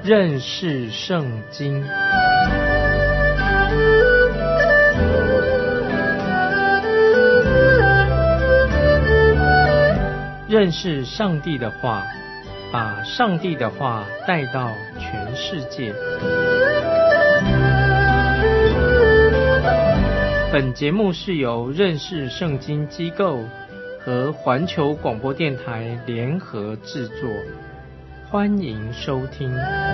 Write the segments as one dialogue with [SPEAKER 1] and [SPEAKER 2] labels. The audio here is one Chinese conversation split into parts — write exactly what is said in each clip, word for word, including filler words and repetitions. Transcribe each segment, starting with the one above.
[SPEAKER 1] 认识圣经。认识上帝的话，把上帝的话带到全世界。本节目是由认识圣经机构和环球广播电台联合制作，欢迎收听。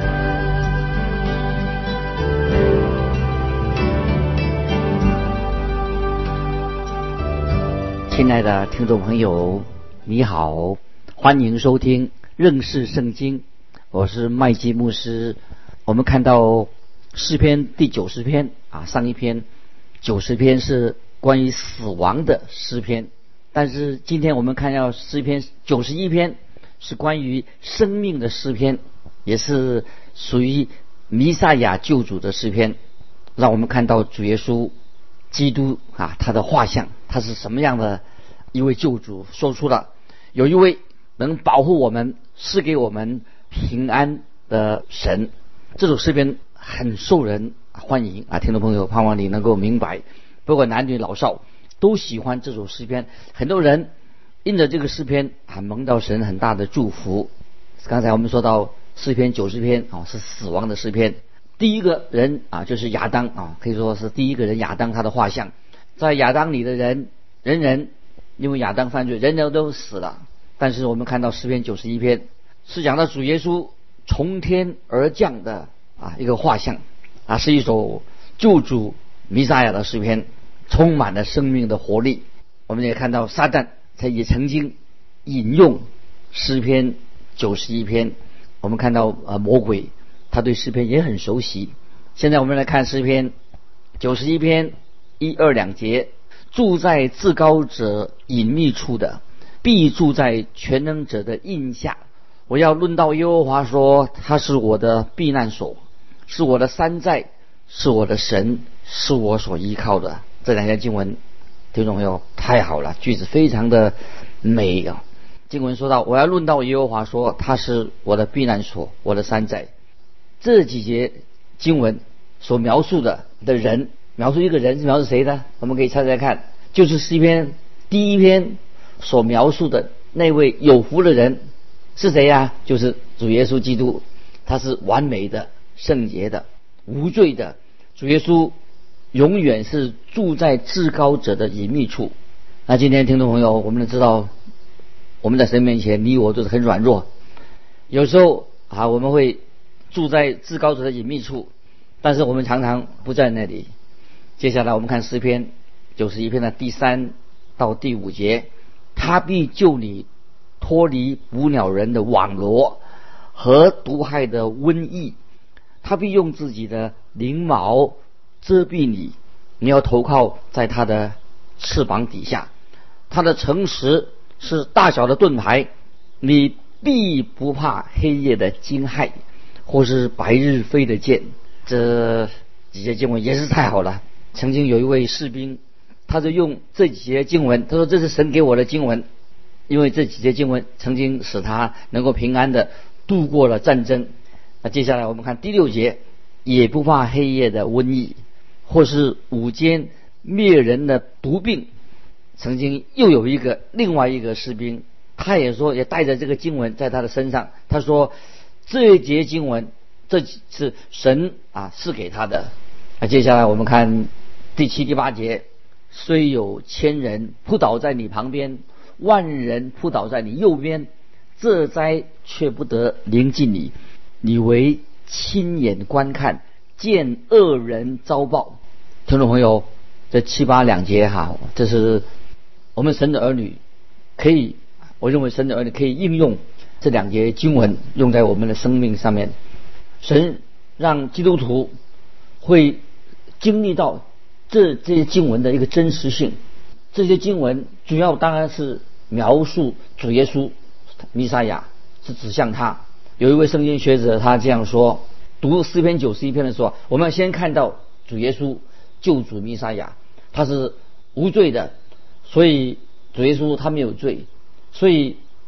[SPEAKER 2] 亲爱的听众朋友，你好，欢迎收听认识圣经，我是麦基牧师。我们看到诗篇第九十篇啊，上一篇九十篇是关于死亡的诗篇，但是今天我们看到诗篇九十一篇是关于生命的诗篇，也是属于弥赛亚救主的诗篇，让我们看到主耶稣基督啊，他的画像，他是什么样的一位救主，说出了有一位能保护我们，赐给我们平安的神。这首诗篇很受人欢迎啊，听众朋友，盼望你能够明白，不管男女老少都喜欢这首诗篇。很多人因着这个诗篇啊，蒙到神很大的祝福。刚才我们说到诗篇九十篇啊，是死亡的诗篇。第一个人啊，就是亚当啊，可以说是第一个人亚当，他的画像。在亚当里的人，人人因为亚当犯罪，人人都死了。但是我们看到诗篇九十一篇是讲到主耶稣从天而降的啊一个画像啊，是一首救主弥赛亚的诗篇，充满了生命的活力。我们也看到撒旦他也曾经引用诗篇九十一篇，我们看到呃魔鬼他对诗篇也很熟悉。现在我们来看诗篇九十一篇一二两节，住在至高者隐秘处的，必住在全能者的荫下。我要论到耶和华说，他是我的避难所，是我的山寨，是我的神，是我所依靠的。这两节经文听众朋友太好了，句子非常的美啊。经文说到，我要论到耶和华说，他是我的避难所，我的山寨。这几节经文所描述的的人，描述一个人是描述谁呢？我们可以猜猜看，就是诗篇第一篇所描述的那位有福的人是谁呀、啊？就是主耶稣基督，他是完美的、圣洁的、无罪的。主耶稣永远是住在至高者的隐秘处。那今天听众朋友，我们知道我们在神面前，你我都是很软弱，有时候啊，我们会住在至高者的隐秘处，但是我们常常不在那里。接下来我们看诗篇九十一篇的第三到第五节，他必救你脱离捕鸟人的网罗和毒害的瘟疫，他必用自己的翎毛遮蔽你，你要投靠在他的翅膀底下。他的诚实是大小的盾牌，你必不怕黑夜的惊骇，或是白日飞的箭。这几节经文也是太好了。曾经有一位士兵，他就用这几节经文，他说这是神给我的经文，因为这几节经文曾经使他能够平安的度过了战争。那接下来我们看第六节，也不怕黑夜的瘟疫，或是午间灭人的毒病。曾经又有一个另外一个士兵，他也说也带着这个经文在他的身上，他说这一节经文这是神啊赐给他的。那接下来我们看第七第八节，虽有千人扑倒在你旁边，万人扑倒在你右边，这灾却不得临近你，你为亲眼观看，见恶人遭报。听众朋友，这七八两节哈，这是我们神的儿女可以，我认为神的儿女可以应用这两节经文，用在我们的生命上面。神让基督徒会经历到这这些经文的一个真实性。这些经文主要当然是描述主耶稣弥赛亚，是指向他。有一位圣经学者他这样说，读诗篇九十一篇的时候，我们要先看到主耶稣救主弥赛亚，他是无罪的，所以主耶稣他没有罪，所以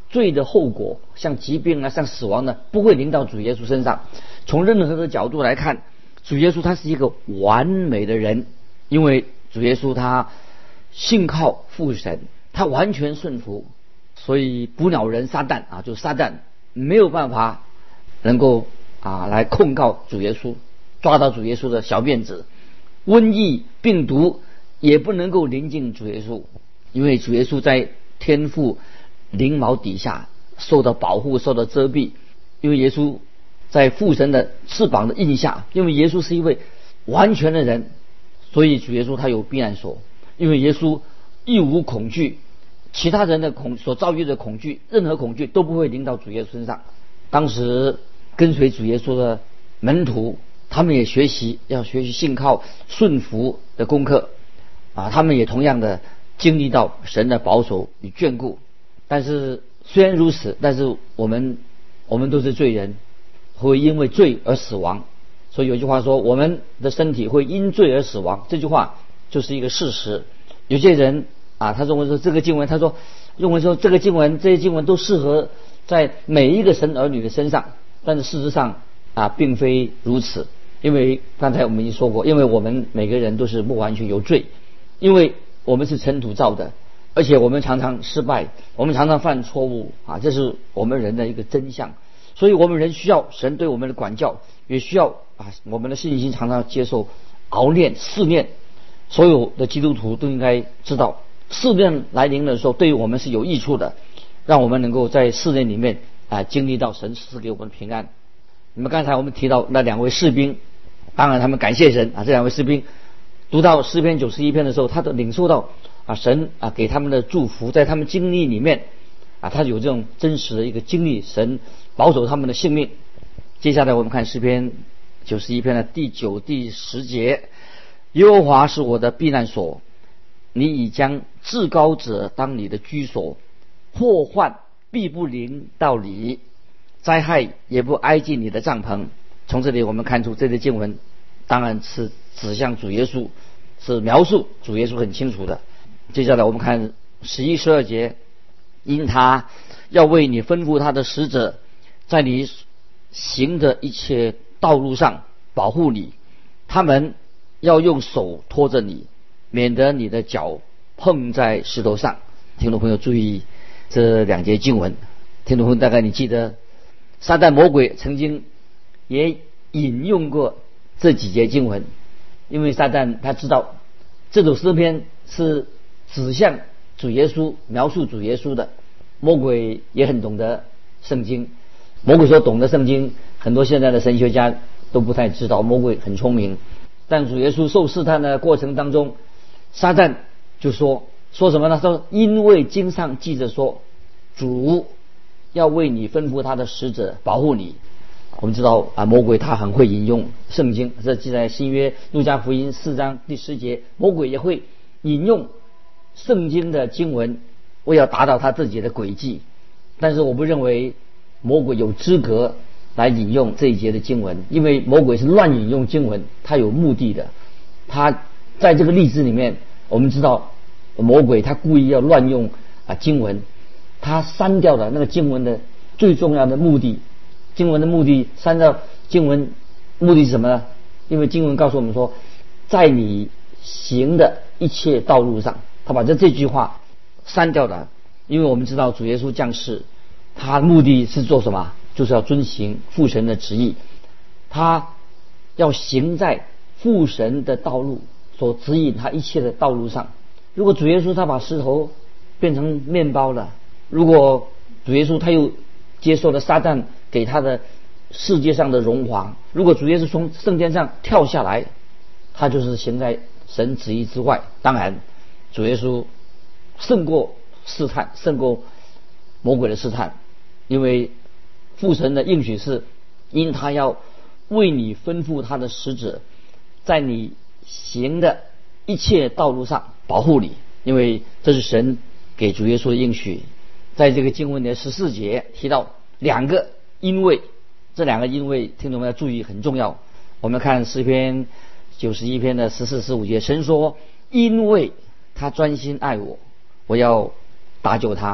[SPEAKER 2] 罪的后果，像疾病啊，像死亡呢，不会临到主耶稣身上。从任何的角度来看，主耶稣他是一个完美的人，因为主耶稣他信靠父神，他完全顺服，所以捕鸟人撒旦啊，就撒旦没有办法能够啊来控告主耶稣，抓到主耶稣的小辫子，瘟疫病毒也不能够临近主耶稣，因为主耶稣在天父翎毛底下受到保护，受到遮蔽，因为耶稣在父神的翅膀的印下，因为耶稣是一位完全的人，所以主耶稣他有避难所，因为耶稣一无恐惧，其他人的恐所遭遇的恐惧，任何恐惧都不会临到主耶稣身上。当时跟随主耶稣的门徒，他们也学习要学习信靠顺服的功课啊，他们也同样的经历到神的保守与眷顾。但是虽然如此，但是我们我们都是罪人，会因为罪而死亡。所以有句话说，我们的身体会因罪而死亡，这句话就是一个事实。有些人啊，他认为说这个经文，他说认为说这个经文这些经文都适合在每一个神儿女的身上，但是事实上啊并非如此。因为刚才我们已经说过，因为我们每个人都是不完全有罪，因为我们是尘土造的，而且我们常常失败，我们常常犯错误啊，这是我们人的一个真相。所以我们人需要神对我们的管教，也需要啊我们的信心常常接受熬炼试炼。所有的基督徒都应该知道，试炼来临的时候对于我们是有益处的，让我们能够在试炼里面啊经历到神赐给我们的平安。那么刚才我们提到那两位士兵，当然他们感谢神啊，这两位士兵读到诗篇九十一篇的时候，他都领受到啊神啊给他们的祝福，在他们经历里面啊，他有这种真实的一个经历，神保守他们的性命。接下来我们看诗篇九十一篇的第九、第十节，耶和华是我的避难所，你已将至高者当你的居所，祸患必不临到你，灾害也不挨近你的帐篷。从这里我们看出，这些经文当然是指向主耶稣，是描述主耶稣很清楚的。接下来我们看十一、十二节，因他要为你吩咐他的使者，在你行的一切道路上保护你，他们要用手托着你，免得你的脚碰在石头上。听众朋友注意这两节经文，听众朋友大概你记得撒旦魔鬼曾经也引用过这几节经文，因为撒旦他知道这首诗篇是指向主耶稣，描述主耶稣的。魔鬼也很懂得圣经，魔鬼说懂得圣经，很多现在的神学家都不太知道，魔鬼很聪明。但主耶稣受试探的过程当中，撒旦就说说什么呢？说因为经上记着说，主要为你吩咐他的使者保护你。我们知道啊，魔鬼他很会引用圣经，这记在新约路加福音四章第十节，魔鬼也会引用圣经的经文，为要达到他自己的诡计。但是我不认为魔鬼有资格来引用这一节的经文，因为魔鬼是乱引用经文，他有目的的。他在这个例子里面，我们知道魔鬼他故意要乱用啊经文，他删掉了那个经文的最重要的目的。经文的目的，删掉经文目的是什么呢？因为经文告诉我们说，在你行的一切道路上，他把这这句话删掉了。因为我们知道主耶稣降世，他目的是做什么？就是要遵行父神的旨意，他要行在父神的道路所指引他一切的道路上。如果主耶稣他把石头变成面包了，如果主耶稣他又接受了撒旦给他的世界上的荣华，如果主耶稣从圣殿上跳下来，他就是行在神旨意之外。当然主耶稣胜过试探，胜过魔鬼的试探，因为父神的应许是，因他要为你吩咐他的使者，在你行的一切道路上保护你，因为这是神给主耶稣的应许。在这个经文的十四节提到两个因为，这两个因为听众们要注意，很重要。我们看诗篇九十一篇的十四、十五节，神说因为他专心爱我，我要搭救他，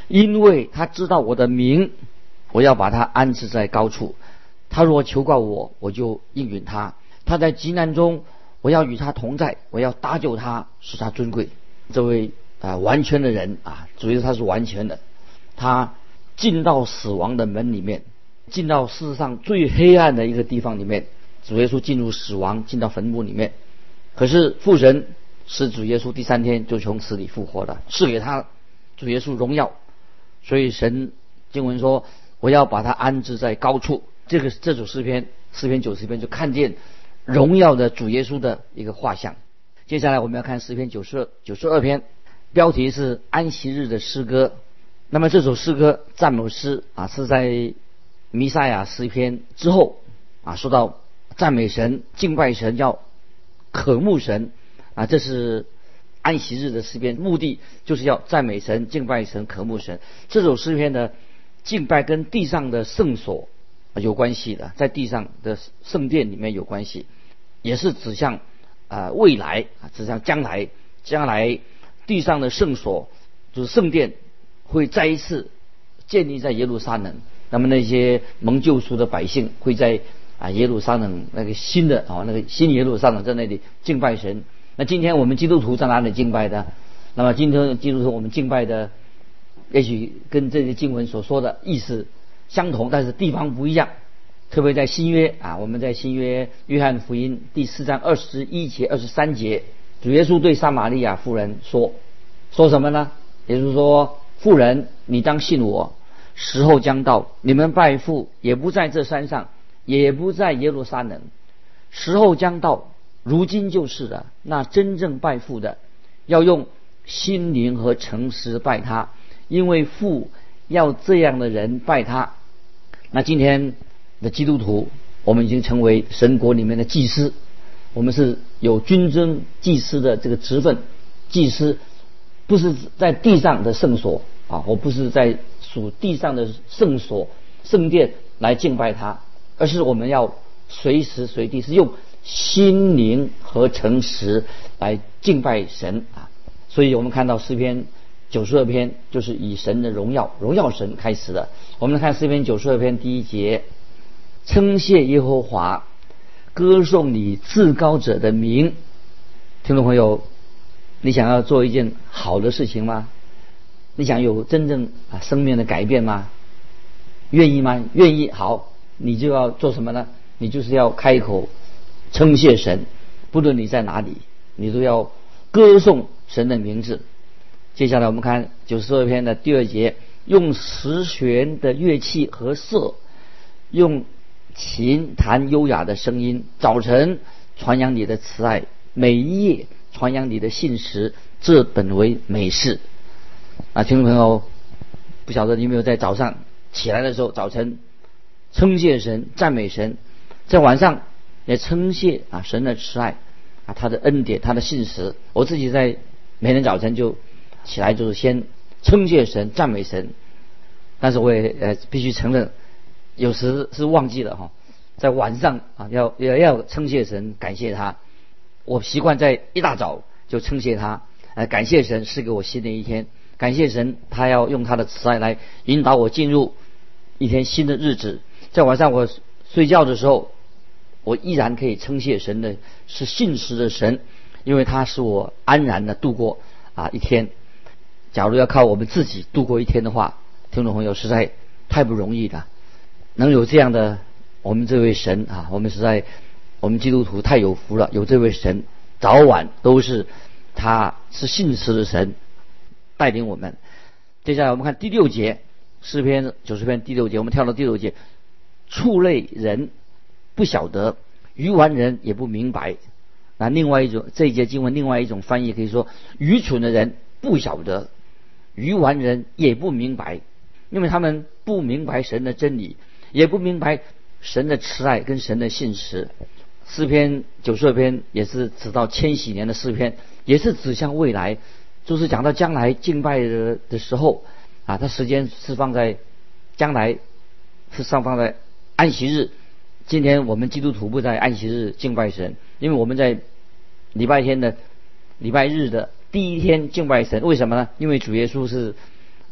[SPEAKER 2] 因为他知道我的名，我要把他安置在高处。他若求告我，我就应允他。他在急难中，我要与他同在，我要搭救他，使他尊贵。这位啊、呃、完全的人啊，主耶稣他是完全的，他进到死亡的门里面，进到世界上最黑暗的一个地方里面。主耶稣进入死亡，进到坟墓里面。可是父神使主耶稣第三天就从死里复活了，赐给他主耶稣荣耀。所以神经文说，我要把他安置在高处。这个这首诗篇诗篇九十篇就看见荣耀的主耶稣的一个画像。接下来我们要看诗篇九十九十二篇，标题是安息日的诗歌。那么这首诗歌赞美诗啊，是在弥赛亚诗篇之后啊，说到赞美神、敬拜神，要渴慕神啊，这是安息日的诗篇，目的就是要赞美神、敬拜神、渴慕神。这首诗篇的敬拜跟地上的圣所有关系的，在地上的圣殿里面有关系，也是指向啊、呃、未来啊，指向将来，将来地上的圣所就是圣殿会再一次建立在耶路撒冷。那么那些蒙救赎的百姓会在啊耶路撒冷那个新的啊那个新耶路撒冷在那里敬拜神。那今天我们基督徒在哪里敬拜的？那么今天基督徒我们敬拜的，也许跟这些经文所说的意思相同，但是地方不一样。特别在新约啊，我们在新约约翰福音第四章二十一节、二十三节，主耶稣对撒玛利亚妇人说，说什么呢？也就是说，妇人，你当信我，时候将到，你们拜父也不在这山上，也不在耶路撒冷。时候将到，如今就是了。那真正拜父的，要用心灵和诚实拜他，因为父要这样的人拜他。那今天的基督徒，我们已经成为神国里面的祭司，我们是有君尊祭司的这个职分。祭司不是在地上的圣所啊，我不是在属地上的圣所圣殿来敬拜他，而是我们要随时随地是用心灵和诚实来敬拜神啊。所以我们看到诗篇九十二篇就是以神的荣耀荣耀神开始的。我们看诗篇九十二篇第一节，称谢耶和华，歌颂你至高者的名。听众朋友，你想要做一件好的事情吗？你想有真正啊生命的改变吗？愿意吗？愿意。好，你就要做什么呢？你就是要开口称谢神，不论你在哪里，你都要歌颂神的名字。接下来我们看九十二篇的第二节，用十弦的乐器和瑟，用琴弹优雅的声音，早晨传扬你的慈爱，每一夜传扬你的信实，这本为美事。啊，听众朋友，不晓得你有没有在早上起来的时候，早晨称谢神、赞美神，在晚上也称谢啊神的慈爱啊，他的恩典、他的信实。我自己在每天早晨就起来，就是先称谢神、赞美神。但是我也呃必须承认，有时是忘记了哈，在晚上啊要要要称谢神、感谢他。我习惯在一大早就称谢他，呃感谢神赐给我新的一天，感谢神他要用他的慈爱来引导我进入一天新的日子。在晚上我睡觉的时候，我依然可以称谢神的是信实的神，因为他使我安然的度过啊一天。假如要靠我们自己度过一天的话，听众朋友实在太不容易了。能有这样的我们这位神啊，我们实在我们基督徒太有福了，有这位神，早晚都是他是信实的神带领我们。接下来我们看第六节，诗篇九十篇第六节，我们跳到第六节，畜类人不晓得，愚顽人也不明白。那另外一种这一节经文另外一种翻译可以说，愚蠢的人不晓得，愚顽人也不明白，因为他们不明白神的真理，也不明白神的慈爱跟神的信实。诗篇九十二篇也是指到千禧年的诗篇，也是指向未来，就是讲到将来敬拜的的时候啊，它时间是放在将来，是上放在安息日。今天我们基督徒不在安息日敬拜神，因为我们在礼拜天的礼拜日的第一天敬拜神。为什么呢？因为主耶稣是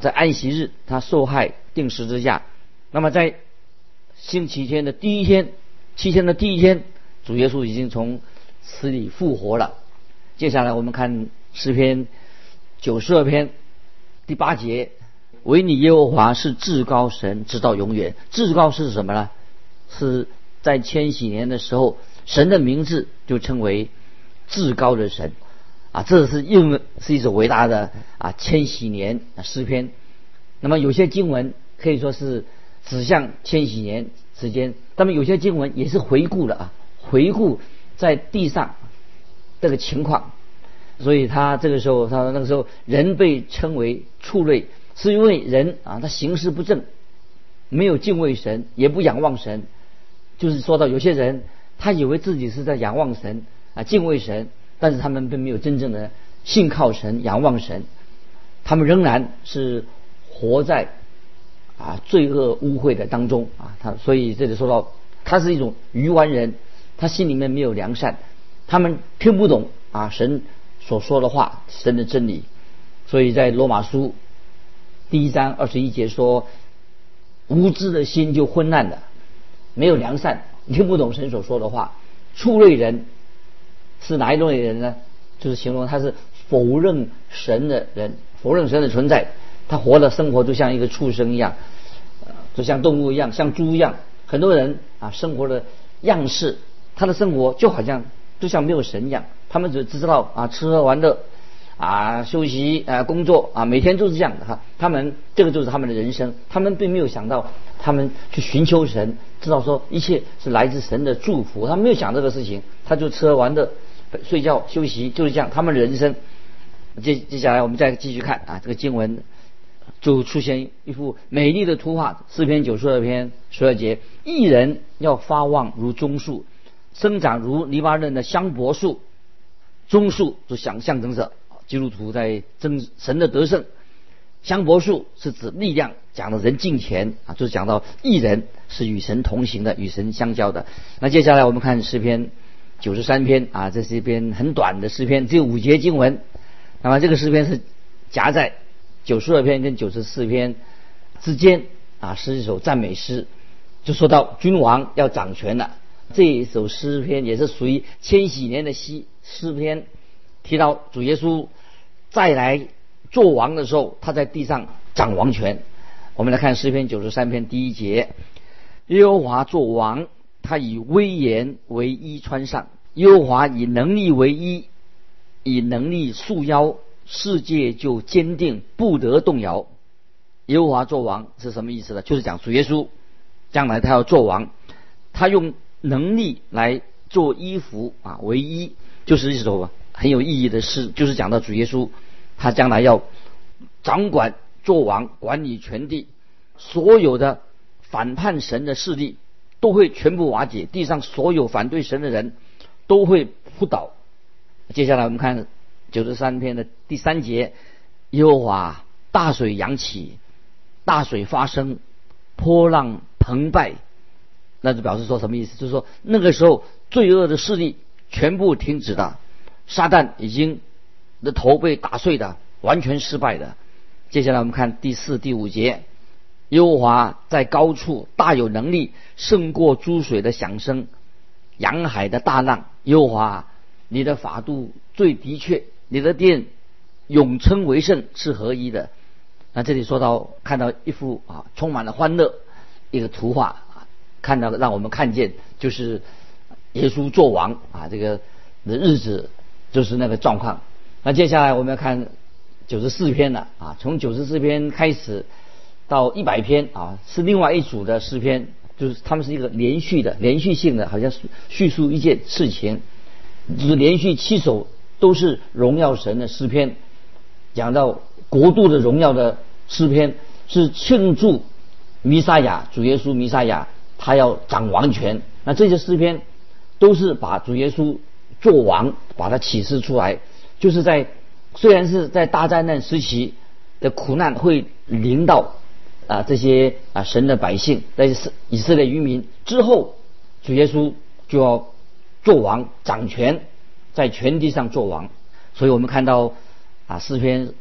[SPEAKER 2] 在安息日他受害钉十字架。那么在星期天的第一天，七天的第一天，主耶稣已经从死里复活了。接下来我们看诗篇九十二篇第八节，唯你耶和华是至高神，直到永远。至高是什么呢？是在千禧年的时候，神的名字就称为至高的神啊，这是应是一首伟大的啊千禧年诗篇。那么有些经文可以说是指向千禧年时间，那么有些经文也是回顾了啊，回顾在地上这个情况。所以他这个时候，他那个时候人被称为畜类，是因为人啊他行事不正，没有敬畏神，也不仰望神。就是说到有些人他以为自己是在仰望神啊敬畏神，但是他们并没有真正的信靠神仰望神，他们仍然是活在啊罪恶污秽的当中啊。他所以这里说到他是一种愚顽人，他心里面没有良善，他们听不懂啊神所说的话，神的真理。所以在罗马书第一章二十一节说，无知的心就昏暗了，没有良善，听不懂神所说的话。畜类人是哪一种类人呢？就是形容他是否认神的人，否认神的存在，他活的生活就像一个畜生一样，就像动物一样，像猪一样。很多人啊生活的样式，他的生活就好像就像没有神一样，他们只只知道啊吃喝玩乐啊休息啊工作啊，每天就是这样的哈。他们这个就是他们的人生，他们并没有想到他们去寻求神，知道说一切是来自神的祝福，他们没有想这个事情，他就吃喝玩乐睡觉休息，就是这样他们的人生。接接下来我们再继续看啊，这个经文就出现一幅美丽的图画。诗篇九十二篇十二节，义人要发旺如棕树，生长如黎巴嫩的香柏树。棕树就想象征着基督徒在真神的得胜，香柏树是指力量，讲的人敬虔啊，就是讲到义人是与神同行的，与神相交的。那接下来我们看诗篇九十三篇啊，这是一篇很短的诗篇，只有五节经文。那么这个诗篇是夹在九十二篇跟九十四篇之间啊，是一首赞美诗，就说到君王要掌权了。这一首诗篇也是属于千禧年的诗诗篇，提到主耶稣再来做王的时候，他在地上掌王权。我们来看诗篇九十三篇第一节，耶和华做王，他以威严为衣穿上，耶和华以能力为衣，以能力束腰，世界就坚定，不得动摇。耶和华做王是什么意思呢？就是讲主耶稣将来他要做王，他用能力来做衣服啊为衣，就是一首很有意义的诗，就是讲到主耶稣他将来要掌管做王，管理全地，所有的反叛神的势力都会全部瓦解，地上所有反对神的人都会扑倒。接下来我们看九十三篇的第三节，耶和华大水扬起，大水发生，波浪澎湃。那就表示说什么意思？就是说那个时候罪恶的势力全部停止了，撒旦已经的头被打碎的，完全失败的。接下来我们看第四第五节，耶和华在高处大有能力，胜过诸水的响声，洋海的大浪。耶和华你的法度最的确，你的殿永称为圣，是合一的。那这里说到看到一幅啊充满了欢乐一个图画，看到让我们看见就是耶稣做王啊这个的日子，就是那个状况。那接下来我们要看九十四篇了啊，从九十四篇开始到一百篇啊，是另外一组的诗篇，就是他们是一个连续的连续性的，好像叙述一件事情，就是连续七首都是荣耀神的诗篇，讲到国度的荣耀的诗篇，是庆祝弥撒亚主耶稣弥撒亚他要掌王权。那这些诗篇都是把主耶稣做王把它启示出来，就是在虽然是在大灾难时期的苦难会临到啊这些啊神的百姓，在以色列渔民之后，主耶稣就要做王掌权，在全地上做王。所以我们看到啊诗篇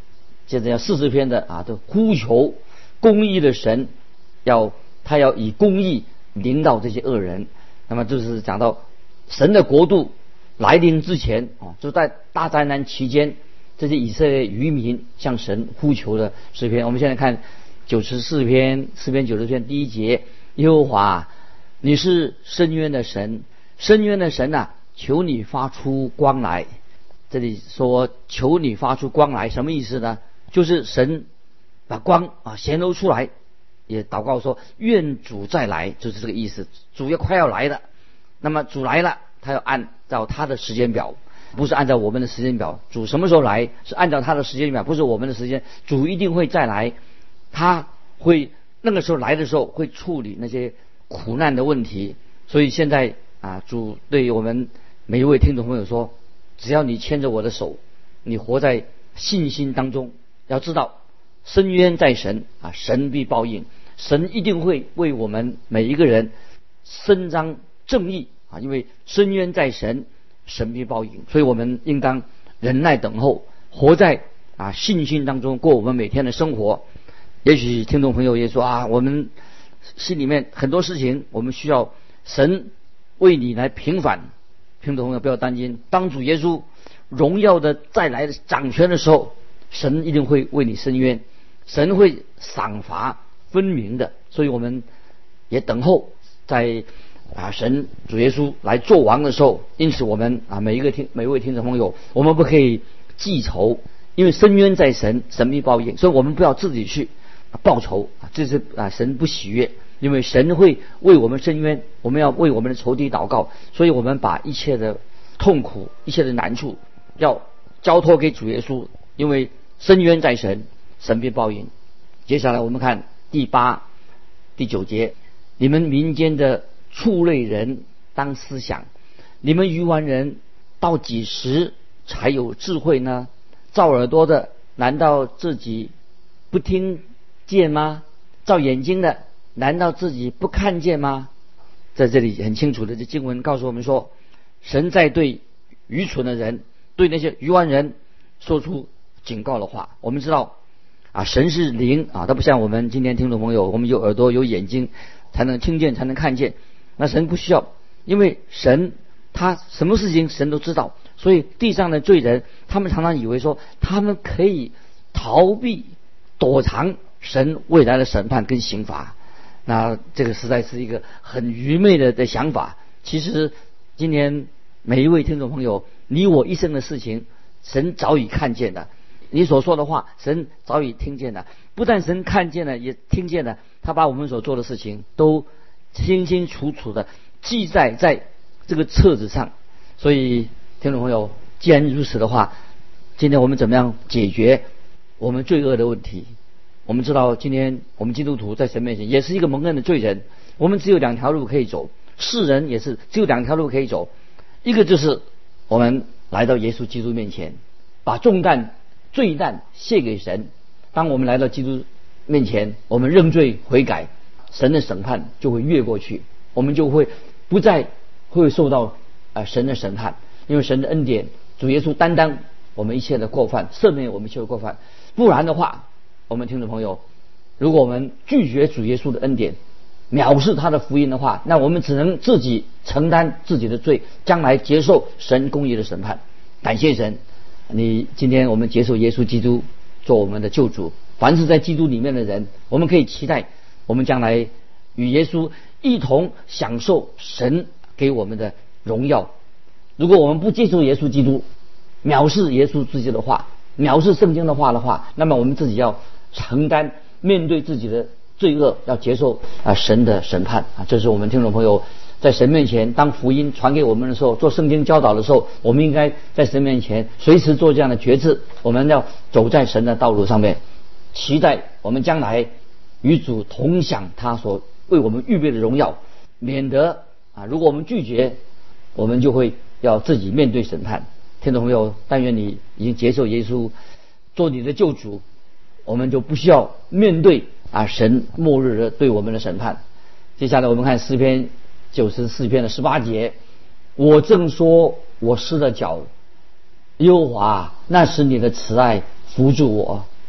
[SPEAKER 2] 接着要四十篇的啊，都呼求公义的神，要他要以公义领导这些恶人。那么就是讲到神的国度来临之前啊，就在大灾难期间，这些以色列渔民向神呼求的诗篇。我们现在看九十四篇，诗篇九十篇第一节：耶和华，你是深渊的神，深渊的神啊，求你发出光来。这里说求你发出光来，什么意思呢？就是神把光啊显露出来，也祷告说愿主再来，就是这个意思。主要快要来了，那么主来了，他要按照他的时间表，不是按照我们的时间表。主什么时候来是按照他的时间表，不是我们的时间。主一定会再来，他会那个时候来的时候会处理那些苦难的问题。所以现在啊，主对于我们每一位听众朋友说，只要你牵着我的手，你活在信心当中，要知道深渊在神啊，神必报应，神一定会为我们每一个人伸张正义啊，因为深渊在神，神必报应。所以我们应当忍耐等候，活在啊信心当中，过我们每天的生活。也许听众朋友也说啊，我们心里面很多事情我们需要神为你来平反。听众朋友不要担心，当主耶稣荣耀的再来的掌权的时候，神一定会为你伸冤，神会赏罚分明的。所以我们也等候在啊神主耶稣来做王的时候。因此我们啊每一个听每一位听众朋友，我们不可以记仇，因为伸冤在神，神必报应。所以我们不要自己去报仇啊，这是啊神不喜悦。因为神会为我们伸冤，我们要为我们的仇敌祷告。所以我们把一切的痛苦、一切的难处要交托给主耶稣，因为伸冤在神，神必报应。接下来我们看第八、第九节：你们民间的畜类人当思想，你们愚顽人到几时才有智慧呢？照耳朵的难道自己不听见吗？照眼睛的难道自己不看见吗？在这里很清楚的，这经文告诉我们说，神在对愚蠢的人，对那些愚顽人说出警告的话。我们知道啊，神是灵啊，他不像我们今天听众朋友，我们有耳朵有眼睛才能听见才能看见。那神不需要，因为神他什么事情神都知道。所以地上的罪人，他们常常以为说他们可以逃避躲藏神未来的审判跟刑罚。那这个实在是一个很愚昧的的想法。其实今天每一位听众朋友，你我一生的事情，神早已看见了，你所说的话，神早已听见了。不但神看见了，也听见了，他把我们所做的事情都清清楚楚的记载在这个册子上。所以听众朋友，既然如此的话，今天我们怎么样解决我们罪恶的问题？我们知道今天我们基督徒在神面前也是一个蒙恩的罪人，我们只有两条路可以走，世人也是只有两条路可以走。一个就是我们来到耶稣基督面前，把重担罪担卸给神。当我们来到基督面前，我们认罪悔改，神的审判就会越过去，我们就会不再会受到呃神的审判，因为神的恩典，主耶稣担当我们一切的过犯，赦免我们一切的过犯。不然的话，我们听众朋友，如果我们拒绝主耶稣的恩典，藐视他的福音的话，那我们只能自己承担自己的罪，将来接受神公义的审判。感谢神，你今天我们接受耶稣基督做我们的救主。凡是在基督里面的人，我们可以期待我们将来与耶稣一同享受神给我们的荣耀。如果我们不接受耶稣基督，藐视耶稣自己的话，藐视圣经的话的话，那么我们自己要承担面对自己的罪恶，要接受啊神的审判啊。这是我们听众朋友在神面前，当福音传给我们的时候，做圣经教导的时候，我们应该在神面前随时做这样的决志。我们要走在神的道路上面，期待我们将来与主同享他所为我们预备的荣耀，免得啊如果我们拒绝，我们就会要自己面对审判。听众朋友，但愿你已经接受耶稣做你的救主，我们就不需要面对啊神末日的对我们的审判。接下来我们看诗篇九十四篇的十八节：我正说我失了脚，耶和华，那时你的慈爱扶住我。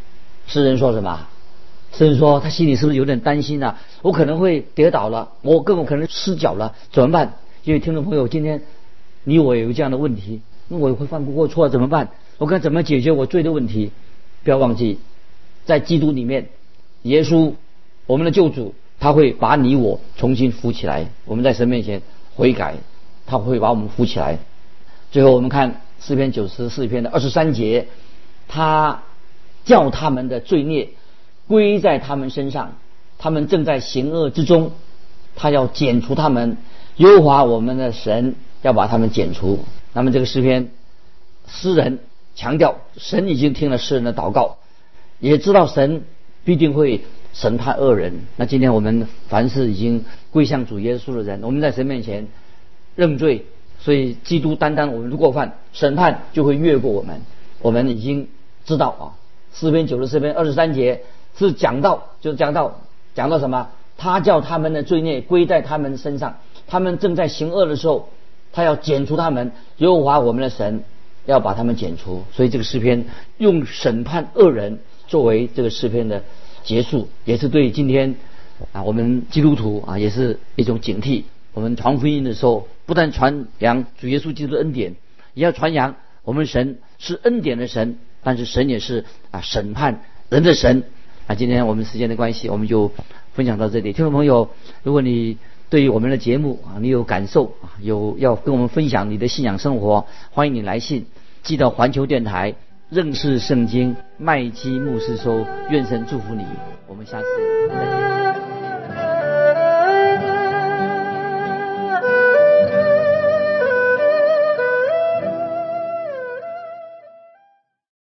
[SPEAKER 2] 诗人说什么？诗人说他心里是不是有点担心啊？我可能会跌倒了，我更有可能失脚了，怎么办？因为听众朋友，今天你我有这样的问题，那我会犯不过错怎么办？我该怎么解决我罪的问题？不要忘记，在基督里面，耶稣我们的救主，他会把你我重新扶起来。我们在神面前悔改，他会把我们扶起来。最后我们看诗篇九十四篇的二十三节，他叫他们的罪孽归在他们身上，他们正在行恶之中，他要剪除他们，耶和华我们的神要把他们剪除。那么这个诗篇，诗人强调神已经听了诗人的祷告，也知道神必定会审判恶人。那今天我们凡是已经归向主耶稣的人，我们在神面前认罪，所以基督担当我们的过犯，审判就会越过我们。我们已经知道啊，诗篇九十四篇二十三节是讲到，就是讲到讲到什么？他叫他们的罪孽归在他们身上，他们正在行恶的时候，他要剪除他们，耶和华我们的神要把他们剪除。所以这个诗篇用审判恶人作为这个诗篇的结束，也是对今天啊我们基督徒啊也是一种警惕。我们传福音的时候，不但传扬主耶稣基督的恩典，也要传扬我们神是恩典的神，但是神也是啊审判人的神。啊，今天我们时间的关系，我们就分享到这里。听众朋友，如果你对于我们的节目啊，你有感受啊，有要跟我们分享你的信仰生活，欢迎你来信寄到环球电台认识圣经麦基牧师收。愿神祝福你，我们下次再见。